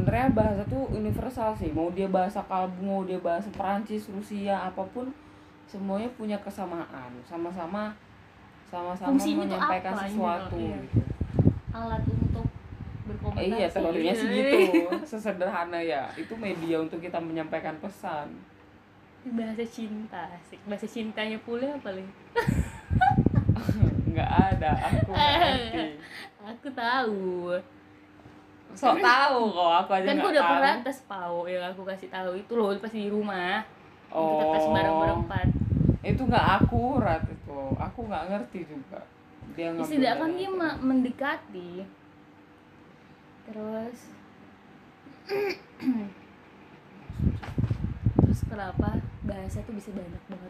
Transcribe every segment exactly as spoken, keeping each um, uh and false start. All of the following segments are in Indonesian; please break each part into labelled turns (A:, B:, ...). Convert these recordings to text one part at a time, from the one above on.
A: sebenarnya bahasa tuh universal sih, mau dia bahasa kalbu, mau dia bahasa Perancis, Rusia, apapun semuanya punya kesamaan, sama-sama sama-sama
B: fungsinya tuh
A: menyampaikan
B: apa,
A: sesuatu
B: iya.
A: gitu.
B: Alat untuk berkomunikasi.
A: Eh, iya teorinya sih gitu, sesederhana ya, itu media untuk kita menyampaikan pesan.
B: Bahasa cinta, asik. Bahasa cintanya pula apa lagi?
A: Nggak ada, aku nggak ngerti.
B: Aku tahu.
A: Sok tahu kok, aku aja
B: Kan
A: nggak
B: aku udah
A: tahu.
B: pernah tes P A U yang aku kasih tahu itu loh pas di rumah. Yang kita tes
A: Oh.
B: bareng-berempat.
A: Itu nggak akurat itu, aku nggak ngerti juga. Dia ngambil
B: Setidaknya
A: dari
B: dia
A: itu.
B: ma- mendekati. Terus terus kenapa bahasa tuh bisa banyak banget?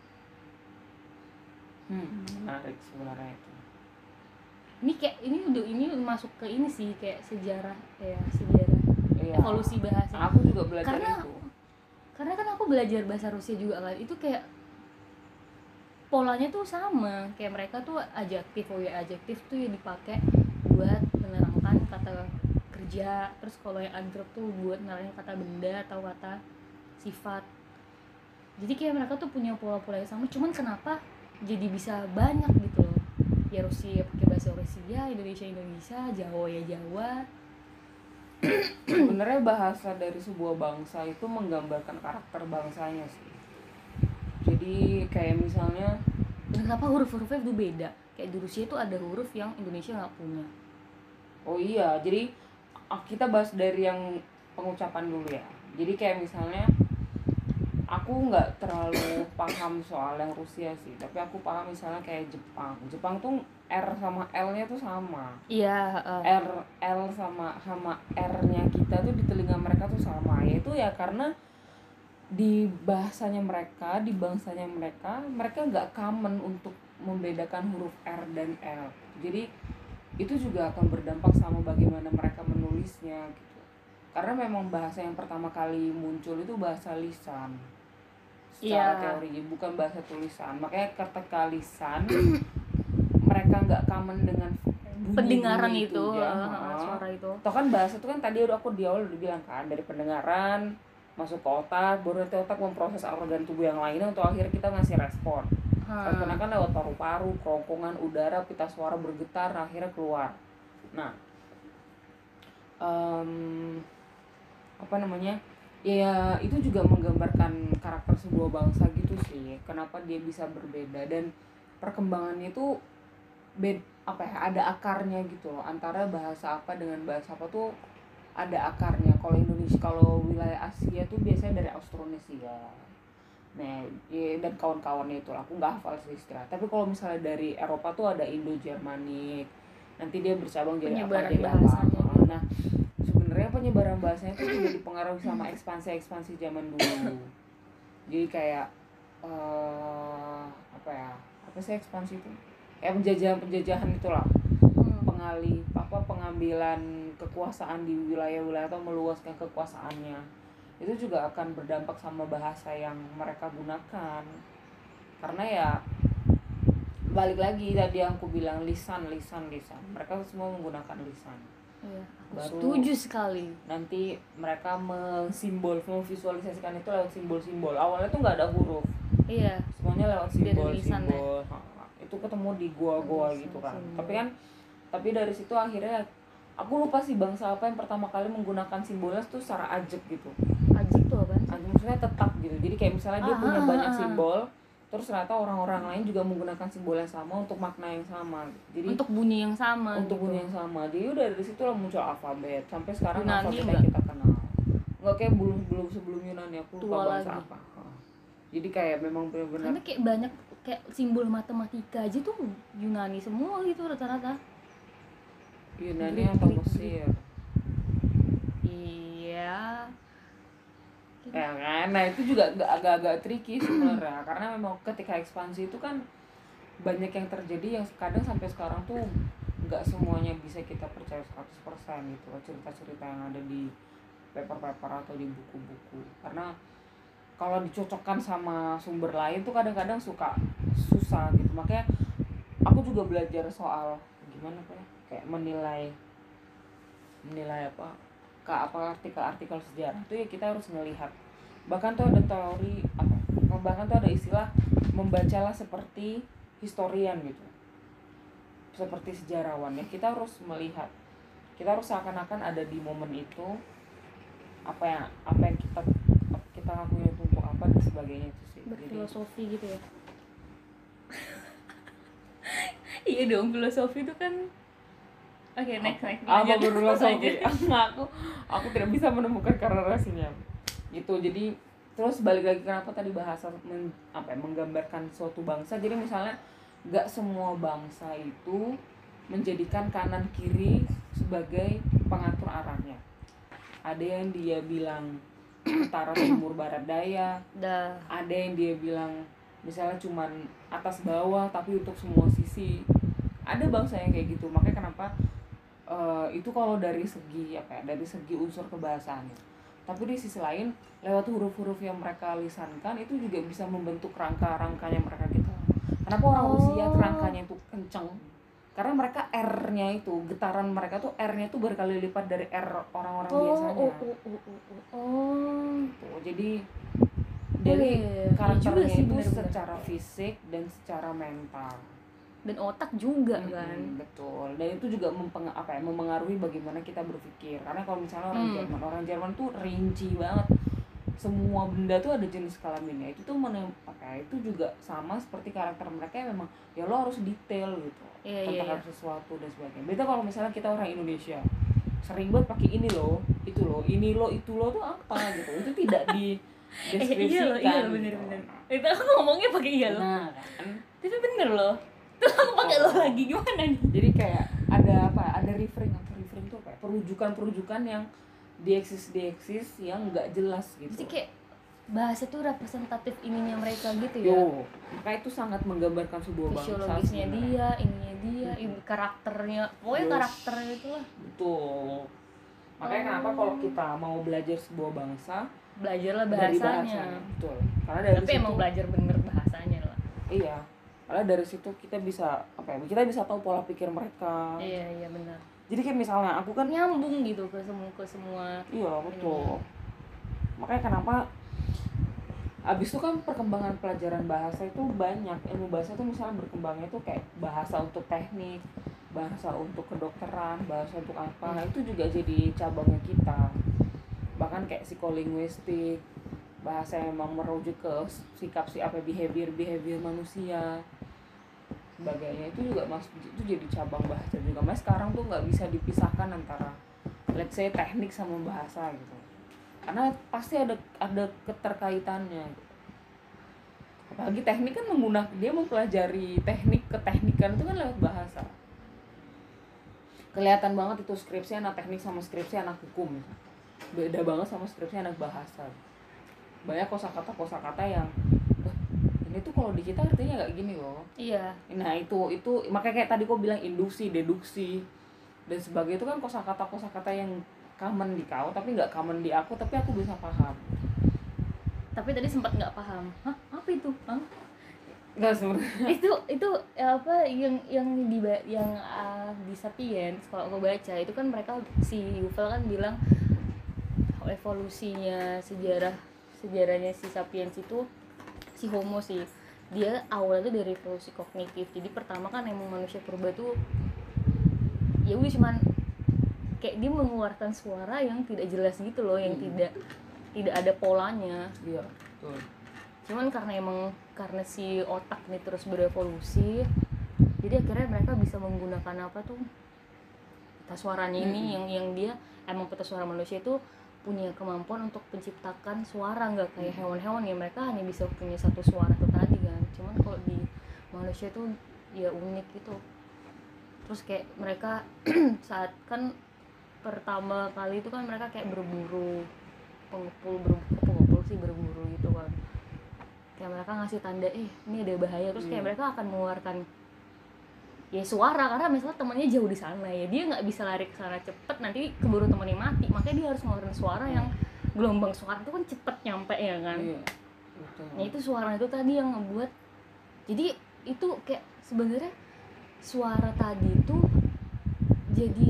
A: Hmm, menarik sebenarnya itu.
B: Ini kayak ini udah ini masuk ke ini sih kayak sejarah kayak sejarah
A: Iya.
B: evolusi bahasa.
A: Aku juga belajar
B: Karena-
A: itu.
B: Karena kan aku belajar bahasa Rusia juga kan, itu kayak polanya tuh sama, kayak mereka tuh adjektif, oh ya adjektif tuh yang dipakai buat menerangkan kata kerja, terus kalau yang adverb tuh buat menerangkan kata benda atau kata sifat. Jadi kayak mereka tuh punya pola-pola yang sama, cuman kenapa jadi bisa banyak gitu loh. Ya Rusia pakai bahasa Rusia, Indonesia Indonesia, Jawa ya Jawa.
A: Sebenarnya bahasa dari sebuah bangsa itu menggambarkan karakter bangsanya sih. Jadi kayak misalnya,
B: Kenapa huruf-hurufnya itu beda? Kayak di Rusia tuh ada huruf yang Indonesia nggak punya.
A: oh iya, jadi ah, kita bahas dari yang pengucapan dulu ya. Jadi kayak misalnya, aku nggak terlalu paham soal yang Rusia sih, tapi aku paham misalnya kayak Jepang. Jepang tuh R sama L-nya tuh sama.
B: Iya, uh,
A: R L sama sama R-nya kita tuh di telinga mereka tuh sama. Yaitu ya karena di bahasanya mereka, di bangsanya mereka, mereka nggak common untuk membedakan huruf R dan L. Jadi itu juga akan berdampak sama bagaimana mereka menulisnya gitu. Karena memang bahasa yang pertama kali muncul itu bahasa lisan. Secara
B: Iya.
A: teori, bukan bahasa tulisan. Makanya ketika lisan mereka nggak common dengan bunyi
B: pendengaran
A: bunyi
B: itu,
A: ya.
B: uh,
A: Heeh.
B: suara itu.
A: Toh kan bahasa itu kan tadi udah aku di awal udah bilang kan, dari pendengaran masuk ke otak, baru nanti otak memproses organ tubuh yang lainnya untuk akhirnya kita ngasih respon.
B: Hmm.
A: Responnya kan lewat paru-paru, kerongkongan udara, pita suara bergetar, akhirnya keluar. Nah, um, apa namanya? Ya itu juga menggambarkan karakter sebuah bangsa gitu sih. Kenapa dia bisa berbeda dan perkembangannya itu bed apa ya, ada akarnya gitu loh, antara bahasa apa dengan bahasa apa tuh ada akarnya. Kalau Indonesia, kalau wilayah Asia tuh biasanya dari Austronesia, nah ya, dan kawan-kawannya itu aku nggak hafal sih istilah. Tapi kalau misalnya dari Eropa tuh ada Indo-Jermanik, nanti dia bercabang jadi apa
B: Penyebaran
A: jadi apa.
B: bahasanya.
A: Nah sebenarnya penyebaran bahasanya itu juga dipengaruhi sama ekspansi-ekspansi zaman dulu. Jadi kayak uh, apa ya, apa sih ekspansi itu? Kayak penjajahan-penjajahan itulah,
B: Hmm.
A: pengalih apa pengambilan kekuasaan di wilayah-wilayah atau meluaskan kekuasaannya. Itu juga akan berdampak sama bahasa yang mereka gunakan. Karena ya balik lagi tadi yang aku bilang, lisan, lisan, lisan. Mereka semua menggunakan lisan.
B: Iya, aku
A: Baru
B: setuju sekali.
A: nanti mereka mensimbol, memvisualisasikan itu lewat simbol-simbol. Awalnya tuh nggak ada huruf,
B: Iya.
A: semuanya lewat
B: Dari
A: simbol,
B: lisan,
A: simbol. Ha, itu ketemu di gua-gua
B: Lisan,
A: gitu kan.
B: simbol.
A: Tapi kan, tapi dari situ akhirnya aku lupa sih bangsa apa yang pertama kali menggunakan simbolnya tuh secara ajek gitu.
B: Ajik tuh apa sih?
A: Ajek maksudnya tetap gitu. Jadi kayak misalnya dia
B: Ah,
A: punya
B: ah,
A: banyak
B: ah, ah.
A: simbol, terus ternyata orang-orang lain juga menggunakan simbol yang sama untuk makna yang sama. Jadi
B: Untuk bunyi yang sama.
A: untuk
B: gitu.
A: bunyi yang sama. Jadi udah dari situ lah muncul alfabet. Sampai sekarang
B: Yunani
A: alfabet yang
B: enggak?
A: kita kenal. Enggak kayak belum belum sebelum Yunani, aku lupa
B: Tua
A: bangsa
B: lagi.
A: apa. Jadi kayak memang benar-benar
B: Karena kayak banyak kayak simbol matematika aja tuh Yunani semua gitu rata-rata.
A: Yunani
B: Greek,
A: atau
B: Greek,
A: Mesir.
B: Iya.
A: Ya kan, nah itu juga agak- agak-agak tricky sebenarnya. Karena memang ketika ekspansi itu kan banyak yang terjadi yang kadang sampai sekarang tuh nggak semuanya bisa kita percaya seratus persen gitu loh, cerita-cerita yang ada di paper-paper atau di buku-buku. Karena kalau dicocokkan sama sumber lain tuh kadang-kadang suka susah gitu. Makanya aku juga belajar soal gimana apa ya, kayak menilai menilai apa buka apa artikel-artikel sejarah tuh ya kita harus melihat. Bahkan tuh ada teori apa? Bahkan tuh ada istilah membacalah seperti historian gitu. Seperti sejarawan ya. Kita harus melihat. Kita harus seakan-akan ada di momen itu. Apa yang apa yang kita kita ngakuin itu untuk apa dan sebagainya itu sih.
B: Berfilosofi gitu ya. Iya dong, filosofi itu kan. Oke, okay, next next.
A: Apa berfilosofi? aku aku tidak bisa menemukan korelasinya. Gitu. Jadi terus balik lagi kenapa tadi bahasa men, apa ya, menggambarkan suatu bangsa. Jadi misalnya nggak semua bangsa itu menjadikan kanan kiri sebagai pengatur arahnya. Ada yang dia bilang utara timur barat daya,
B: Dah.
A: ada yang dia bilang misalnya cuman atas bawah tapi untuk semua sisi. Ada bangsa yang kayak gitu. Makanya kenapa uh, itu kalau dari segi apa ya, dari segi unsur kebahasaannya. Tapi di sisi lain lewat huruf-huruf yang mereka lisankan itu juga bisa membentuk rangka-rangkanya mereka gitu. Kenapa orang
B: Oh.
A: Rusia rangkanya itu kenceng? Karena mereka R-nya itu, getaran mereka tuh R-nya tuh berkali lipat dari R orang-orang
B: Oh,
A: biasanya.
B: oh, oh, oh, oh, oh. Oh.
A: Tuh, jadi
B: Oh,
A: jadi
B: iya, iya.
A: karakternya
B: Iya juga sih,
A: itu
B: bener-bener.
A: secara fisik dan secara mental.
B: Dan otak juga
A: Mm-mm,
B: kan.
A: betul. Dan itu juga mempeng, apa ya, memengaruhi bagaimana kita berpikir. Karena kalau misalnya orang
B: Hmm.
A: Jerman, orang Jerman tuh rinci banget. Semua benda tuh ada jenis kelaminnya. Itu tuh menem, apa ya, itu juga sama seperti karakter mereka yang memang ya lo harus detail gitu.
B: Iya, iya,
A: tentang
B: iya.
A: sesuatu dan sebagainya. Beda kalau misalnya kita orang Indonesia sering banget pakai ini loh, itu loh, ini loh, itu loh tuh apa gitu. Itu tidak di
B: Eh,
A: deskripsikan.
B: iya loh, iya loh,
A: gitu.
B: bener-bener. Itu aku ngomongnya pakai iya loh.
A: Nah, kan.
B: Tapi bener loh. Tuh aku pakai lo lagi gimana nih?
A: Jadi kayak ada apa? Ada referring apa? Referring tuh kayak perujukan-perujukan yang dieksis dieksis yang nggak jelas gitu.
B: Jadi kayak bahasa tuh representatif ininya mereka gitu ya.
A: Yo, maka itu sangat menggambarkan sebuah bangsa.
B: Fisiologisnya
A: sebenarnya.
B: dia, ininya dia, ini karakternya, pokoknya
A: Yes.
B: karakternya itu lah.
A: Betul. Makanya
B: Oh.
A: kenapa kalau kita mau belajar sebuah bangsa
B: Belajarlah
A: dari
B: bahasanya.
A: bahasanya. Betul. Karena dari
B: Tapi
A: situ,
B: emang belajar bener bahasanya lah.
A: iya. Karena dari situ kita bisa apa ya? Kita bisa tahu pola pikir mereka.
B: Iya iya benar.
A: Jadi kayak misalnya aku kan
B: Nyambung gitu ke semua ke semua.
A: iya betul. Makanya kenapa abis itu kan perkembangan pelajaran bahasa itu banyak. Ilmu bahasa itu misalnya berkembangnya itu kayak bahasa untuk teknik, bahasa untuk kedokteran, bahasa untuk apa. Nah itu juga jadi cabangnya kita. Bahkan kayak psikolinguistik, bahasa yang memang merujuk ke sikap si apa behavior behavior manusia sebagainya, itu juga mas itu jadi cabang bahasa juga. Mas sekarang tuh nggak bisa dipisahkan antara let's say teknik sama bahasa gitu, karena pasti ada ada keterkaitannya. Apalagi teknik kan menggunakan dia mempelajari teknik keteknikan itu kan lewat bahasa. Kelihatan banget itu skripsi anak teknik sama skripsi anak hukum, beda banget sama skripsi anak bahasa. Banyak kosakata kosakata yang "Wah, ini tuh kalau di kita artinya nggak gini loh."
B: Iya.
A: Nah itu itu makanya kayak tadi kau bilang induksi, deduksi dan sebagainya itu kan kosakata kosakata yang common di kau tapi nggak common di aku, tapi aku bisa paham.
B: Tapi tadi sempat nggak paham. Hah? Apa itu? Hah?
A: Nggak sebenarnya.
B: itu itu apa yang yang di yang uh, di Sapiens kalau aku baca itu kan mereka si Yuval kan bilang evolusinya sejarah sejarahnya si Sapiens itu si Homo sih dia awalnya tuh dari revolusi kognitif. Jadi pertama kan emang manusia purba tuh ya udah cuman kayak dia mengeluarkan suara yang tidak jelas gitu loh, yang
A: Hmm.
B: tidak tidak ada polanya.
A: Iya betul.
B: Cuman karena emang karena si otak ini terus berevolusi, jadi akhirnya mereka bisa menggunakan apa tuh peta suaranya ini
A: Mm-mm.
B: yang yang dia emang peta suara manusia itu punya kemampuan untuk menciptakan suara, nggak kayak hewan-hewan ya mereka hanya bisa punya satu suara itu tadi kan. Cuman kalau di manusia tuh ya unik gitu. Terus kayak mereka saat kan pertama kali itu kan mereka kayak berburu, pengepul ber- pengepul sih berburu gitu kan. Kayak mereka ngasih tanda eh ini ada bahaya, terus kayak
A: Hmm.
B: mereka akan mengeluarkan ya suara karena misalnya temannya jauh di sana ya dia nggak bisa lari ke sana cepet nanti keburu temannya mati, makanya dia harus ngeluarin suara yang gelombang suara itu kan cepet nyampe ya kan.
A: Iya betul.
B: Nah itu suara itu tadi yang ngebuat jadi itu kayak sebenarnya suara tadi itu jadi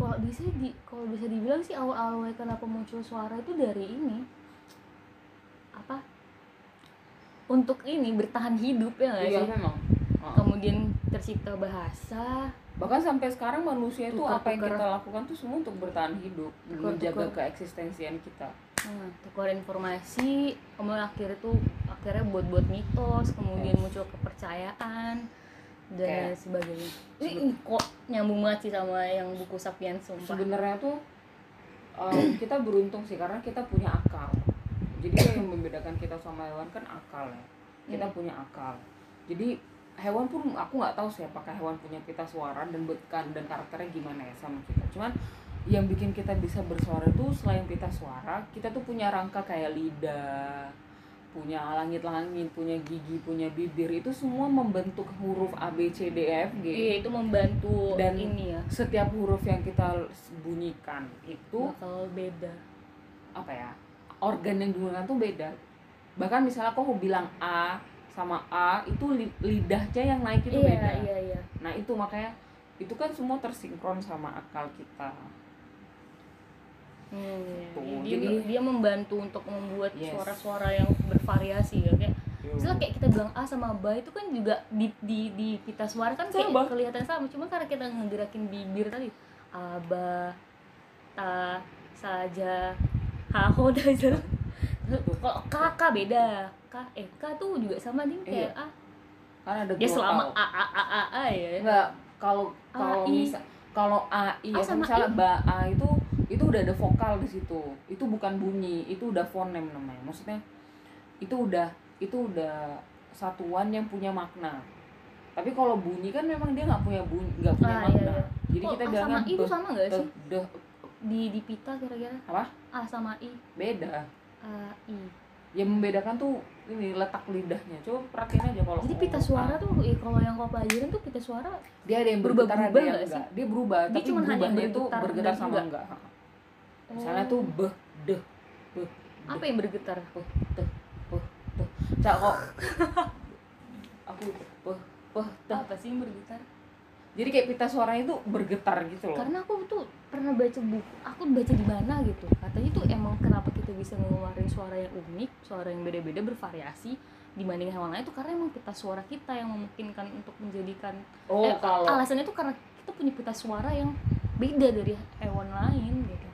B: kalau bisa di kalau bisa dibilang sih awal-awal kenapa muncul suara itu dari ini apa untuk ini bertahan hidup ya nggak
A: Iya
B: sih
A: memang. Uh.
B: Kemudian tercipta bahasa,
A: Bahkan sampai sekarang manusia itu apa yang
B: Tukar-tukar.
A: kita lakukan tuh semua untuk bertahan hidup,
B: Tukar-tukar.
A: menjaga keeksistensian kita.
B: nah, tukar informasi, kemudian akhirnya tuh akhirnya buat-buat mitos, kemudian
A: Yes.
B: muncul kepercayaan dan
A: Kayak-
B: lain sebagainya. Ini kok nyambung banget sih sama yang buku Sapiens sumpah.
A: Sebenarnya tuh um, kita beruntung sih karena kita punya akal. Jadi yang membedakan kita sama hewan kan akal ya. Kita
B: Hmm.
A: punya akal. Jadi hewan pun aku nggak tahu sih apakah hewan punya pita suara dan bekan dan karakternya gimana ya sama kita. Cuman yang bikin kita bisa bersuara itu selain pita suara, kita tuh punya rangka kayak lidah, punya langit-langit, punya gigi, punya bibir, itu semua membentuk huruf A B C D E F G.
B: Iya, itu membantu
A: Dan
B: ini ya.
A: Setiap huruf yang kita bunyikan itu
B: Bakal beda.
A: apa ya, organ yang digunakan tuh beda. Bahkan misalnya kok aku bilang A sama A itu li- lidahnya yang naik itu
B: Iya,
A: beda.
B: iya, iya.
A: Nah itu makanya itu kan semua tersinkron sama akal kita.
B: Hmm,
A: Tuh,
B: dia,
A: jadi-
B: dia membantu untuk membuat
A: Yes.
B: suara-suara yang bervariasi ya kayak misalnya kayak kita bilang A sama ba itu kan juga di di di pita suara kan kayak
A: Sama.
B: kelihatan sama, cuma karena kita ngegerakin bibir tadi aba ta saja haho dan kalau k k beda k eh k tuh juga sama nih kayak
A: Iya.
B: a
A: Kan ada
B: ya selama
A: glottal.
B: a a a a, a ya
A: Enggak, kalau kalau
B: A, I.
A: misal kalau A I
B: A
A: ya
B: sama
A: misalnya
B: I.
A: ba A itu itu udah ada vokal di situ. Itu bukan bunyi, itu udah fonem namanya. Maksudnya itu udah itu udah satuan yang punya makna. Tapi kalau bunyi kan memang dia nggak punya bunyi, nggak punya
B: Ah, iya,
A: makna.
B: iya.
A: Jadi
B: Kok
A: kita
B: A
A: bilangnya
B: sama I itu
A: beh,
B: sama nggak
A: teh,
B: sih
A: deh,
B: di di pita kira-kira
A: apa?
B: a sama i
A: Beda.
B: a i
A: Yang membedakan tuh ini letak lidahnya. Coba perhatiin aja kalau
B: Jadi pita
A: ngomong
B: suara
A: A.
B: tuh, eh, kalau yang kau pelajarin tuh pita suara
A: dia ada yang
B: berubah-
A: bergetar, ada
B: berubah
A: yang
B: nggak sih?
A: enggak. Dia berubah,
B: Dia
A: tapi
B: cuma hanya
A: berubahnya itu
B: bergetar
A: bergetar
B: dan
A: sama
B: enggak.
A: enggak. Misalnya tuh beh, deh, beh,
B: apa
A: deh,
B: yang bergetar?
A: beh, deh, beh, deh. Cak kok aku beh, beh, deh.
B: Apa sih yang bergetar?
A: Jadi kayak pita suaranya itu bergetar gitu loh.
B: Karena aku tuh pernah baca buku, aku baca di mana gitu. Katanya tuh emang kenapa kita bisa ngeluarin suara yang unik, suara yang beda-beda bervariasi dibanding hewan lain itu karena emang pita suara kita yang memungkinkan untuk menjadikan
A: Oh,
B: eh,
A: kalau
B: alasannya tuh karena kita punya pita suara yang beda dari hewan lain gitu.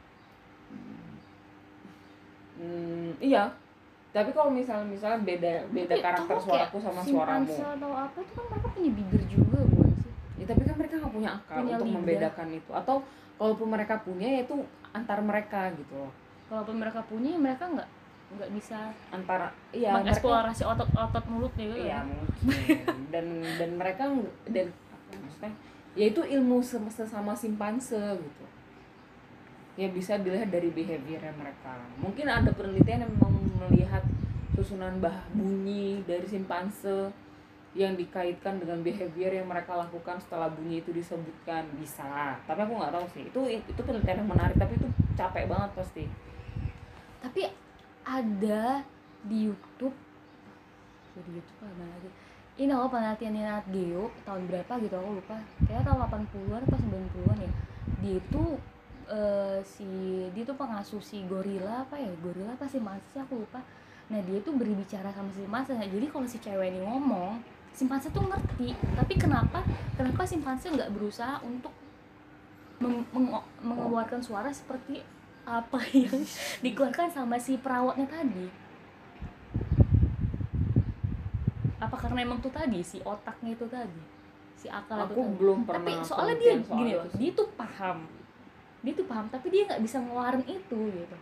A: hmm, iya. Tapi kalau misalnya misalnya beda beda
B: Tapi
A: karakter
B: tahu
A: suaraku
B: kayak
A: sama suaramu.
B: simpanse atau apa itu kan mereka punya bibir juga bukan sih?
A: Ya, tapi kan mereka nggak punya akal
B: Punya
A: untuk
B: lidah.
A: membedakan itu. Atau kalaupun mereka punya ya itu antar mereka gitu loh.
B: Kalaupun mereka punya mereka nggak nggak bisa
A: Antara iya mereka
B: mengeksplorasi otot-otot mulutnya gitu.
A: iya
B: kan?
A: mungkin. dan dan mereka ng- dan apa maksudnya ya itu ilmu sem- sesama simpanse gitu. Ya bisa dilihat dari behaviornya mereka. Mungkin ada penelitian yang memang melihat susunan bah bunyi dari simpanse yang dikaitkan dengan behavior yang mereka lakukan setelah bunyi itu disebutkan, bisa. Tapi aku nggak tahu sih. Itu itu penelitian yang menarik tapi itu capek banget pasti.
B: Tapi ada di YouTube, di YouTube apa lagi? Ini aku penelitiannya Nat Geo tahun berapa gitu aku lupa. Kayaknya tahun delapan puluhan atau sembilan puluhan ya. Dia itu eh, si dia tuh pengasuh si gorila apa ya? Gorila apa sih sih aku lupa. Nah, dia tuh berbicara sama si simpanse. Nah, jadi kalau si cewek ini ngomong, simpanse tuh ngerti. Tapi kenapa? Kenapa simpanse nggak berusaha untuk meng- meng- mengeluarkan suara seperti apa yang dikeluarkan sama si perawatnya tadi? Apa karena emang tuh tadi si otaknya itu tadi, si akal itu
A: Aku
B: tadi?
A: belum
B: Tapi
A: pernah
B: soalnya dia
A: penelitian soal
B: gini
A: itu
B: loh,
A: sih.
B: dia tuh paham, dia tuh paham, tapi dia nggak bisa ngeluarin itu gitu.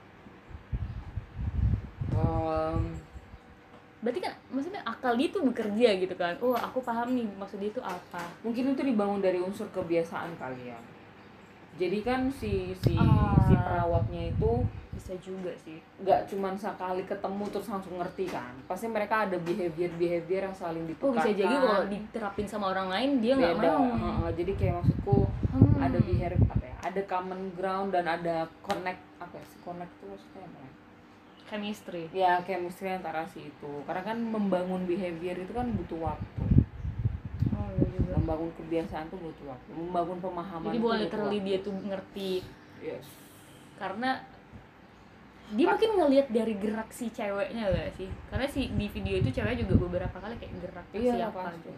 A: Um,
B: Berarti kan maksudnya akal dia tuh bekerja gitu kan? Oh, aku paham nih maksud dia itu apa.
A: mungkin itu dibangun dari unsur kebiasaan kali ya. Jadi kan si si
B: Ah.
A: si perawatnya itu
B: Bisa juga sih.
A: nggak cuman sekali ketemu terus langsung ngerti kan. Pasti mereka ada behavior-behavior yang saling
B: Oh,
A: ditukarkan.
B: bisa jadi kalau diterapin sama orang lain dia nggak
A: beda.
B: mau.
A: Heeh, jadi kayak maksudku
B: Hmm.
A: ada behavior apa ya? Ada common ground dan ada connect apa ya? Connect itu maksudnya apa ya?
B: Chemistry.
A: Ya chemistry antara si itu. Karena kan membangun behavior itu kan butuh waktu.
B: Oh iya juga.
A: membangun kebiasaan tuh butuh waktu, membangun pemahaman.
B: Jadi bukan literally dia tuh ngerti.
A: Yes.
B: Karena dia ah. mungkin ngelihat dari gerak si ceweknya gak sih? Karena si di video itu cewek juga beberapa kali kayak gerak
A: iya,
B: siapa
A: gitu.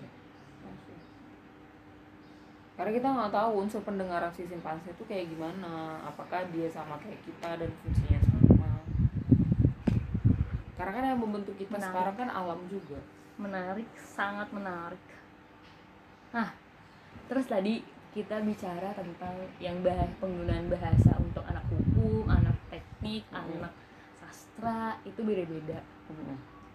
A: Karena kita nggak tahu unsur pendengaran si simpanse itu kayak gimana, apakah dia sama kayak kita dan fungsinya sama. Karena kan yang membentuk kita menarik. Sekarang kan alam juga.
B: Menarik, sangat menarik. Nah, terus tadi kita bicara tentang yang bahas, penggunaan bahasa untuk anak hukum, anak teknik, hmm. anak sastra itu beda-beda. Hmm.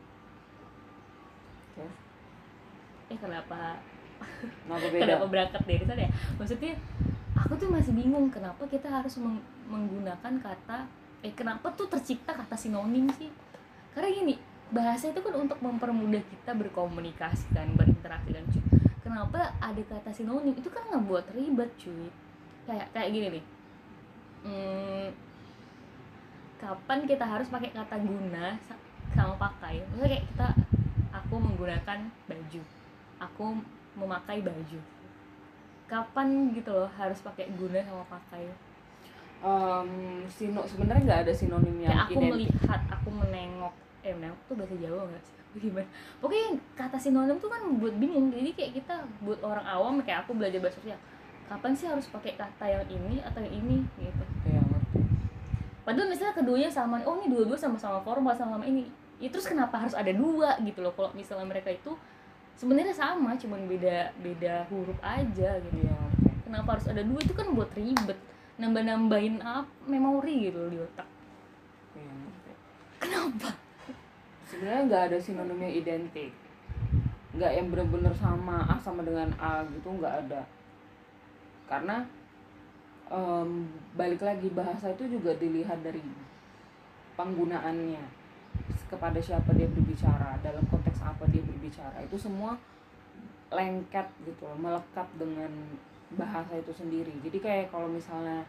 A: Okay.
B: Eh kenapa?
A: Kenapa,
B: kenapa berangkat dari sana ya? Maksudnya aku tuh masih bingung kenapa kita harus meng- menggunakan kata eh kenapa tuh tercipta kata sinonim sih? Karena gini, bahasa itu kan untuk mempermudah kita berkomunikasi kan, berinteraksi dan cuy. Kenapa ada kata sinonim? Itu kan ngebuat ribet cuy. Kayak kayak gini nih. Hmm, kapan kita harus pakai kata guna sama pakai? Maksudnya kayak kita aku menggunakan baju. Aku memakai baju. Kapan gitu loh harus pakai guna sama pakai?
A: Um, sino sebenarnya nggak ada sinonimnya.
B: Kayak aku identik. Melihat, aku menengok. Eh menengok tuh bahasa Jawa nggak sih? Gimana? Pokoknya kata sinonim tuh kan buat bingung. Jadi kayak kita buat orang awam kayak aku belajar bahasa Rusia. Kapan sih harus pakai kata yang ini atau yang ini gitu?
A: Ya,
B: padahal misalnya keduanya sama. Oh ini dua-dua sama-sama formal sama-sama ini. Ya terus kenapa harus ada dua gitu loh? Kalau misalnya mereka itu sebenarnya sama, cuman beda beda huruf aja gitu ya. Kenapa harus ada dua? Itu kan buat ribet, nambah-nambahin apa memori gitu di otak.
A: Ya,
B: kenapa?
A: Sebenarnya nggak ada sinonim yang identik, nggak yang benar-benar sama A sama dengan A gitu, nggak ada. Karena um, balik lagi bahasa itu juga dilihat dari penggunaannya. Kepada siapa dia berbicara, dalam konteks apa dia berbicara, itu semua lengket gitu loh, melekat dengan bahasa itu sendiri. Jadi kayak kalau misalnya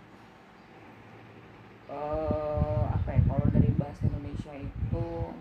A: uh, apa ya, kalau dari bahasa Indonesia itu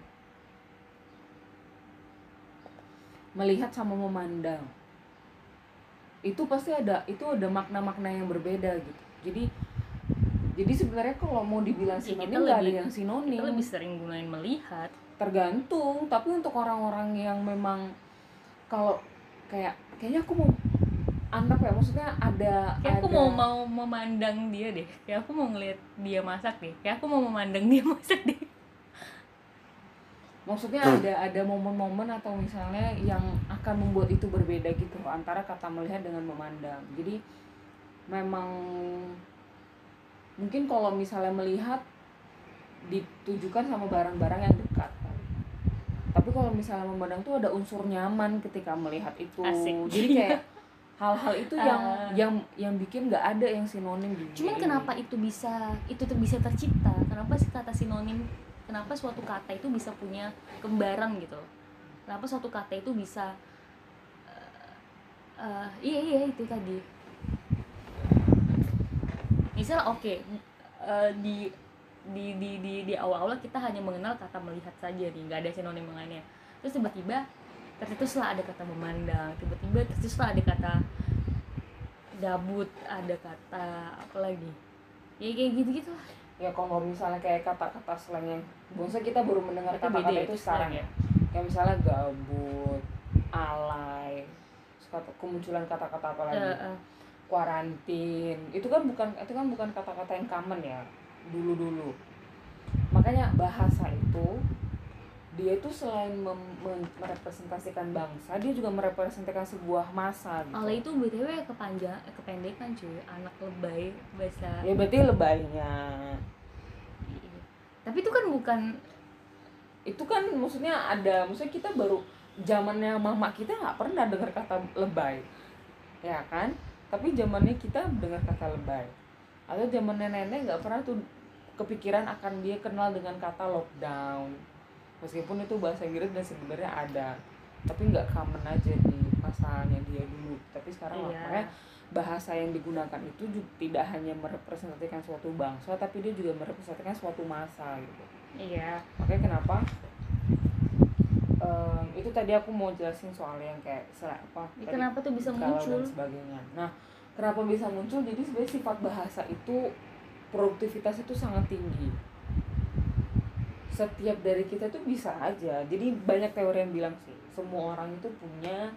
A: melihat sama memandang, itu pasti ada itu ada makna-makna yang berbeda gitu. Jadi Jadi sebenarnya kalau mau dibilang sinonim ya, nggak ada yang sinonim.
B: Kita lebih sering gunain melihat.
A: Tergantung, tapi untuk orang-orang yang memang kalau kayak kayaknya aku mau anggap ya, maksudnya ada.
B: Kayak
A: ada,
B: aku mau mau memandang dia deh. Kayak aku mau ngeliat dia masak deh. Kayak aku mau memandang dia masak deh.
A: Maksudnya ada ada momen-momen atau misalnya yang akan membuat itu berbeda gitu antara kata melihat dengan memandang. Jadi memang mungkin kalau misalnya melihat ditujukan sama barang-barang yang dekat, tapi kalau misalnya memandang tuh ada unsur nyaman ketika melihat itu.
B: Asik.
A: Jadi kayak hal-hal itu yang uh, yang yang bikin nggak ada yang sinonim di dunia.
B: Cuman
A: ini.
B: Kenapa itu bisa itu tuh bisa tercipta? Kenapa sih kata sinonim? Kenapa suatu kata itu bisa punya kembaran gitu? Kenapa suatu kata itu bisa uh, uh, iya iya itu tadi. Misal oke okay, uh, di, di di di di awal-awal kita hanya mengenal kata melihat saja nih, nggak ada sinonim lainnya. Terus tiba-tiba tercetuslah ada kata memandang, tiba-tiba tercetuslah ada kata gabut, ada kata apa lagi? Ya kayak gitu-gitu lah.
A: Ya kalau misalnya kayak kata-kata slang yang biasanya kita baru mendengar itu kata-kata beda, itu sekarang ya. Kayak misalnya gabut, alay, kata kemunculan kata-kata apa lagi? Uh, uh. Kuarantin, itu kan bukan itu kan bukan kata-kata yang common ya dulu-dulu. Makanya bahasa itu dia itu selain mem- mem- merepresentasikan bangsa, dia juga merepresentasikan sebuah masa gitu.
B: Alay itu B T W kepanjang kependekan cuy, anak lebay bahasa.
A: Ya berarti lebaynya.
B: Tapi itu kan bukan,
A: itu kan maksudnya ada, maksudnya kita baru zamannya mama kita nggak pernah dengar kata lebay, ya kan? Tapi zamannya kita dengar kata lebay. Atau zamannya nenek nggak pernah tuh kepikiran akan dia kenal dengan kata lockdown. Meskipun itu bahasa Inggris dan sebenarnya ada, tapi nggak common aja di pasalnya dia dulu. Tapi sekarang iya. Makanya bahasa yang digunakan itu juga tidak hanya merepresentasikan suatu bangsa, tapi dia juga merepresentasikan suatu masa gitu.
B: Iya.
A: Makanya kenapa um, itu tadi aku mau jelasin soal yang kayak sel- apa
B: Ya,
A: tadi,
B: kenapa tuh bisa
A: galau
B: muncul?
A: dan sebagainya. Nah, kenapa bisa muncul? Jadi sebenarnya sifat bahasa itu produktivitas itu sangat tinggi. Setiap dari kita tuh bisa aja. Jadi banyak teori yang bilang sih, semua orang itu punya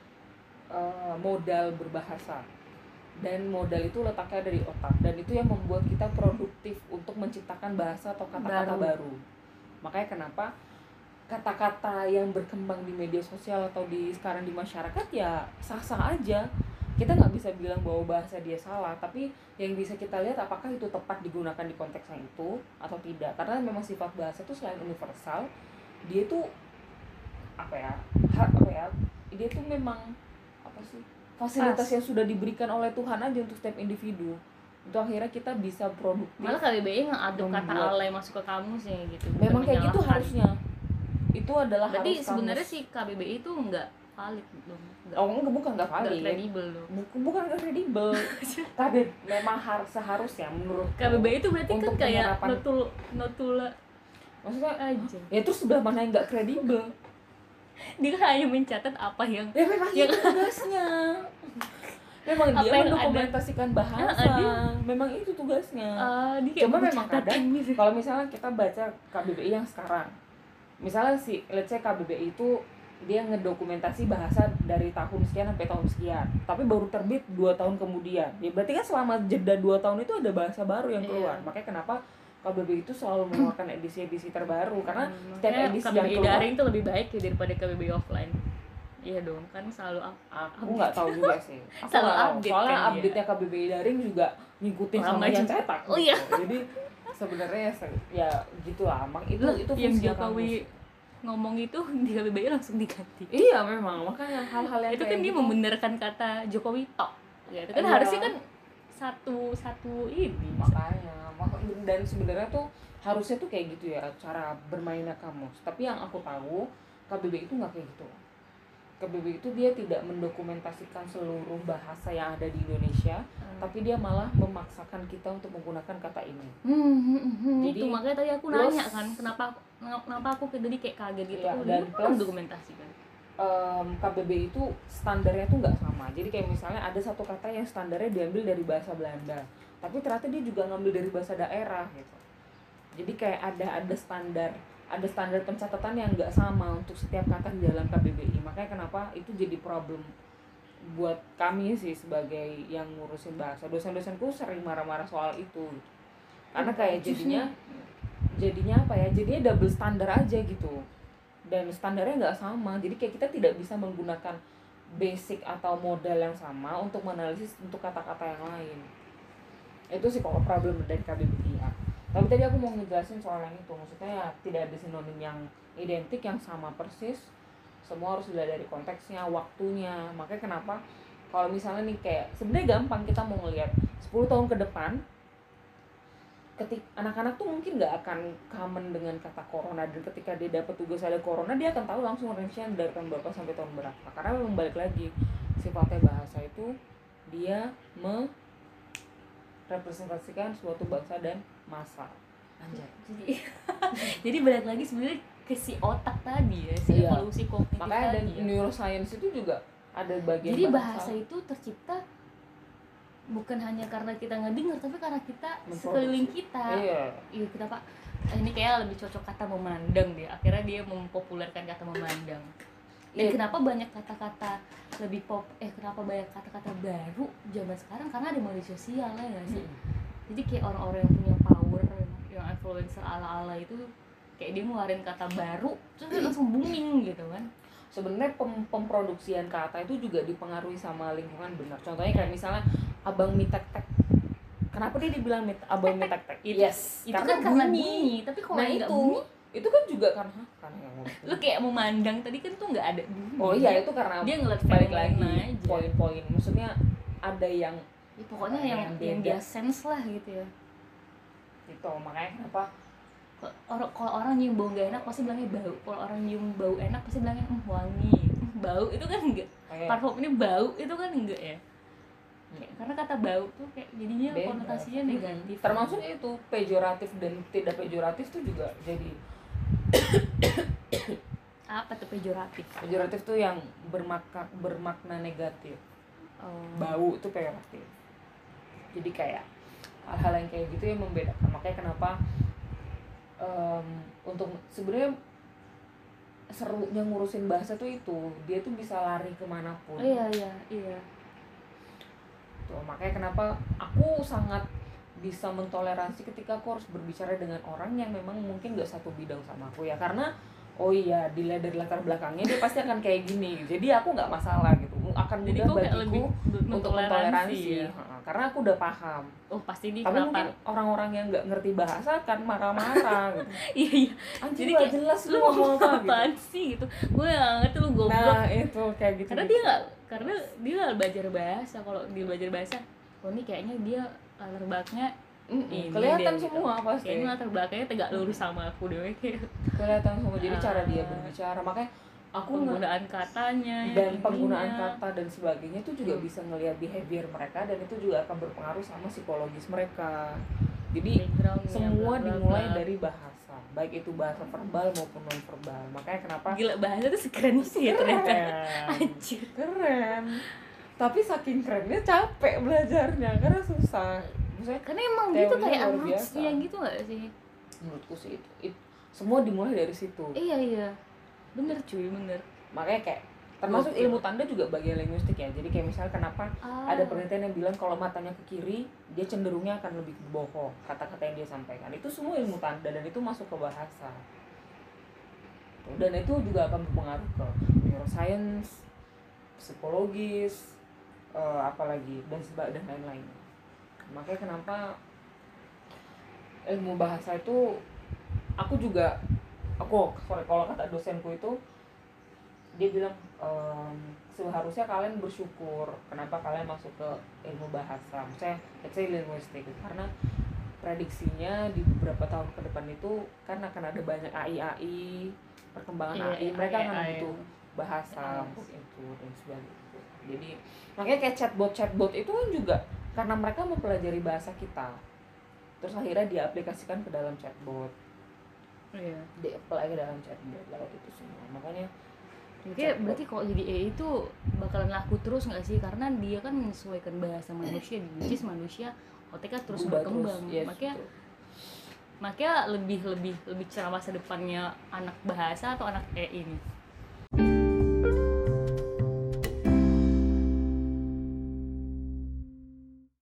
A: uh, modal berbahasa. Dan modal itu letaknya dari otak, dan itu yang membuat kita produktif untuk menciptakan bahasa atau kata-kata baru. baru. Makanya kenapa kata-kata yang berkembang di media sosial atau di sekarang di masyarakat ya sah-sah aja. Kita nggak bisa bilang bahwa bahasa dia salah, tapi yang bisa kita lihat apakah itu tepat digunakan di konteks yang itu atau tidak. Karena memang sifat bahasa itu selain universal, dia itu apa ya, hak apa ya, dia tuh memang apa sih, fasilitas
B: As.
A: yang sudah diberikan oleh Tuhan aja untuk setiap individu. Untuk akhirnya kita bisa produktif.
B: Malah K B B I ngaduk kata
A: membuat-
B: alay masuk ke kamus ya gitu. bukan
A: Memang kayak gitu
B: menyalahkan.
A: harusnya. Itu adalah
B: Berarti
A: harus
B: sebenarnya
A: kamus.
B: si K B B I itu enggak valid dong. Enggak,
A: Oh enggak, bukan enggak
B: enggak
A: valid.
B: kredibel dong.
A: Bukan bukan enggak kredibel. Tapi memang harus seharusnya menurut
B: K B B I itu berarti kan
A: untuk
B: kayak
A: penyerapan-
B: notul notula
A: maksudnya
B: aja.
A: ya terus sebelah mana yang enggak kredibel?
B: Dia kan hanya mencatat apa yang
A: Ya memang
B: Yang-
A: itu tugasnya. Memang
B: Apa
A: dia
B: yang
A: mendokumentasikan bahasa.
B: Ah, dia-
A: Memang itu tugasnya.
B: uh, dia kayak
A: Cuma memang
B: mencatat
A: kadang
B: ini sih.
A: kalau misalnya kita baca K B B I yang sekarang, misalnya si let's say K B B I itu dia ngedokumentasi bahasa dari tahun sekian sampai tahun sekian, tapi baru terbit dua tahun kemudian. Ya berarti kan selama jeda dua tahun itu ada bahasa baru yang keluar.
B: Iya.
A: Makanya kenapa K B B I itu selalu mengeluarkan edisi-edisi terbaru, karena
B: Hmm,
A: setiap
B: makanya
A: edisi
B: K B
A: yang
B: B I
A: keluar,
B: daring tuh lebih baik ya daripada K B B I offline. Iya dong, kan selalu up.
A: aku nggak tahu juga sih. Aku
B: Selalu
A: nggak tahu.
B: update
A: Soalnya
B: kan dia.
A: update-nya K B B I daring juga ngikutin
B: Orang
A: sama
B: maju.
A: yang cetak.
B: Oh iya.
A: gitu. Jadi sebenarnya se- ya gitulah. Mak itu
B: Loh,
A: itu
B: yang
A: fungsi
B: Jokowi
A: kampus.
B: ngomong itu di K B B I langsung diganti.
A: Iya memang, makanya hal-hal yang
B: Itu
A: kayak
B: kan dia
A: gitu,
B: membenarkan kata Jokowi tok. Ya, itu kan
A: Iya.
B: harusnya kan satu satu ini.
A: makanya mak- dan sebenarnya tuh harusnya tuh kayak gitu ya cara bermainnya kamus. Tapi yang aku tahu K B B I itu nggak kayak gitu. K B B I itu dia tidak mendokumentasikan seluruh bahasa yang ada di Indonesia,
B: Hmm.
A: tapi dia malah memaksakan kita untuk menggunakan kata ini.
B: Hmm, hmm, hmm, hmm,
A: Jadi,
B: itu makanya tadi aku
A: plus-
B: nanya kan kenapa kenapa aku kayak tadi kayak kaget gitu.
A: Iya,
B: Oh,
A: dan
B: dia
A: plus-
B: mendokumentasikan.
A: Um, K B B I itu standarnya tuh nggak sama. Jadi kayak misalnya ada satu kata yang standarnya diambil dari bahasa Belanda, tapi ternyata dia juga ngambil dari bahasa daerah gitu. Jadi kayak ada ada standar ada standar pencatatan yang nggak sama untuk setiap kata di dalam K B B I. Makanya kenapa itu jadi problem buat kami sih sebagai yang ngurusin bahasa. Dosen-dosenku sering marah-marah soal itu gitu. Karena kayak jadinya jadinya apa ya? Jadinya double standar aja gitu. Dan standarnya nggak sama. Jadi kayak kita tidak bisa menggunakan basic atau modal yang sama untuk menganalisis untuk kata-kata yang lain. Itu sih kalau problem dari K B B I ya. Tapi tadi aku mau ngejelasin soal yang itu, maksudnya ya tidak ada sinonim yang identik yang sama persis. Semua harus dilihat dari konteksnya, waktunya. Makanya kenapa kalau misalnya nih kayak sebenarnya gampang kita mau ngelihat sepuluh tahun ke depan, ketik anak-anak tuh mungkin nggak akan common dengan kata corona, dan ketika dia dapat tugas ada corona dia akan tahu langsung range-nya dari tahun berapa sampai tahun berapa. Karena memang balik lagi sifatnya bahasa itu dia merepresentasikan suatu bangsa dan masa. Anjay.
B: Jadi jadi balik lagi sebenarnya ke si otak tadi ya, si
A: Iya.
B: evolusi kognitif
A: Makanya dan
B: tadi ya.
A: neuroscience itu juga ada bagian
B: Jadi bahasa itu tercipta bukan hanya karena kita ngedengar, tapi karena kita
A: Memproduksi.
B: sekeliling kita.
A: Iya.
B: Iya, kenapa? Eh, ini kayak lebih cocok kata memandang deh. Akhirnya dia mempopulerkan kata memandang. Dan
A: Iya.
B: kenapa banyak kata-kata lebih pop? Eh, kenapa banyak kata-kata baru zaman sekarang? Karena ada media sosial ya nggak sih? Jadi kayak orang-orang yang punya power, yang influencer ala-ala itu kayak dia ngeluarin kata baru, terus dia langsung booming gitu kan?
A: Sebenarnya pem- pemproduksian kata itu juga dipengaruhi sama lingkungan, benar. Contohnya kayak misalnya abang mie tek-tek. Kenapa dia dibilang mit- abang mie tek-tek?
B: Itu-
A: Yes,
B: Itu kan karena bunyi, tapi kalau
A: Nah
B: yang nggak
A: itu,
B: bunyi,
A: itu kan juga karena karena yang ngomong.
B: lu kayak memandang tadi kan tuh nggak ada bunyi.
A: Oh iya, itu karena
B: dia ngeliat
A: balik
B: fenomena
A: lagi
B: aja.
A: poin-poin. Maksudnya ada yang
B: Ya, pokoknya
A: Ada
B: yang
A: yang
B: yang
A: beda.
B: dia sense lah gitu ya.
A: itu makanya kenapa
B: Kalau orang kalau orang nyium bau nggak enak pasti bilangnya bau. Kalau orang nyium bau enak pasti bilangnya "Hmm, wangi." Hmm, bau itu kan enggak.
A: kayak
B: Parfum ini bau itu kan enggak ya. Kayak, karena kata bau tuh kayak jadinya
A: beda.
B: konotasinya negatif.
A: termasuk itu pejoratif dan tidak pejoratif tuh juga jadi
B: Apa tuh pejoratif?
A: Pejoratif tuh yang bermakna bermakna negatif.
B: Oh.
A: Bau itu pejoratif. Jadi kayak hal-hal yang kayak gitu yang membedakan. Makanya kenapa um, untuk sebenarnya serunya ngurusin bahasa tuh itu, dia tuh bisa lari kemanapun.
B: Iya iya iya.
A: Tuh, makanya kenapa aku sangat bisa mentoleransi ketika aku harus berbicara dengan orang yang memang mungkin gak satu bidang sama aku ya, karena oh iya dilihat dari latar belakangnya dia pasti akan kayak gini, jadi aku nggak masalah gitu, akan
B: Jadi
A: mudah
B: kok kayak lebih
A: bagiku untuk mentoleransi
B: ya?
A: Ha, karena aku udah paham.
B: Oh pasti nih
A: Tapi
B: kenapa?
A: mungkin orang-orang yang nggak ngerti bahasa kan marah-marah gitu.
B: Iya iya.
A: Anjir
B: Jadi
A: gak
B: kayak
A: jelas
B: lu
A: lu ngomong apa gitu.
B: apaan sih gitu. Gue nggak ngerti lu goblok.
A: Nah itu kayak gitu.
B: Karena dia nggak, karena dia nggak belajar bahasa. Kalau dia belajar bahasa, oh ini kayaknya dia latar belakangnya ini
A: kelihatan
B: deh,
A: semua
B: gitu.
A: pasti.
B: Kayaknya latar belakangnya tegak lurus sama aku deh kayak.
A: Kelihatan semua. Jadi
B: Ah.
A: cara dia berbicara, makanya aku
B: Penggunaan katanya
A: dan
B: ininya.
A: penggunaan kata dan sebagainya itu juga
B: Hmm.
A: bisa ngelihat behavior mereka, dan itu juga akan berpengaruh sama psikologis mereka. Jadi
B: Backgroundnya,
A: semua
B: bla, bla,
A: dimulai
B: bla.
A: dari bahasa, baik itu bahasa verbal maupun non verbal. Makanya kenapa
B: Gila bahasa tuh sekeren sih ya ternyata.
A: keren,
B: Anjir.
A: keren. Tapi saking kerennya capek belajarnya karena susah. Maksudnya
B: Karena emang gitu
A: teorinya
B: kayak
A: luar biasa.
B: amatsnya gitu gak sih?
A: menurutku sih itu, itu semua dimulai dari situ.
B: Iya iya. Bener cuy, bener.
A: Makanya kayak termasuk
B: Gokil.
A: ilmu tanda juga bagian linguistik ya. Jadi kayak misalnya kenapa
B: Ah.
A: ada penelitian yang bilang kalau matanya ke kiri dia cenderungnya akan lebih bohong kata-kata yang dia sampaikan. Itu semua ilmu tanda dan itu masuk ke bahasa. Dan itu juga akan berpengaruh ke neuroscience, psikologis, eh, apalagi dan sebagainya dan lain-lain. Makanya kenapa ilmu bahasa itu aku juga aku sorry kalau kata dosenku itu dia bilang ehm, seharusnya kalian bersyukur kenapa kalian masuk ke ilmu bahasa, misalnya let's say linguistik, karena prediksinya di beberapa tahun ke depan itu kan akan ada banyak A I A I, perkembangan
B: Iya,
A: A I, mereka akan
B: A I.
A: butuh bahasa
B: Yes.
A: untuk itu dan sebagainya. Jadi makanya kayak chatbot chatbot itu kan juga karena mereka mempelajari bahasa kita, terus akhirnya diaplikasikan ke dalam chatbot,
B: Iya.
A: di-apply ke dalam chatbot lewat itu semua. Makanya
B: Oke,
A: chatbot.
B: berarti kalau jadi A I itu bakalan laku terus nggak sih? Karena dia kan menyesuaikan bahasa manusia, which is manusia otaknya terus
A: Berubah
B: berkembang.
A: yes,
B: makanya
A: betul.
B: makanya lebih lebih lebih cerah masa depannya anak bahasa atau anak A I ini.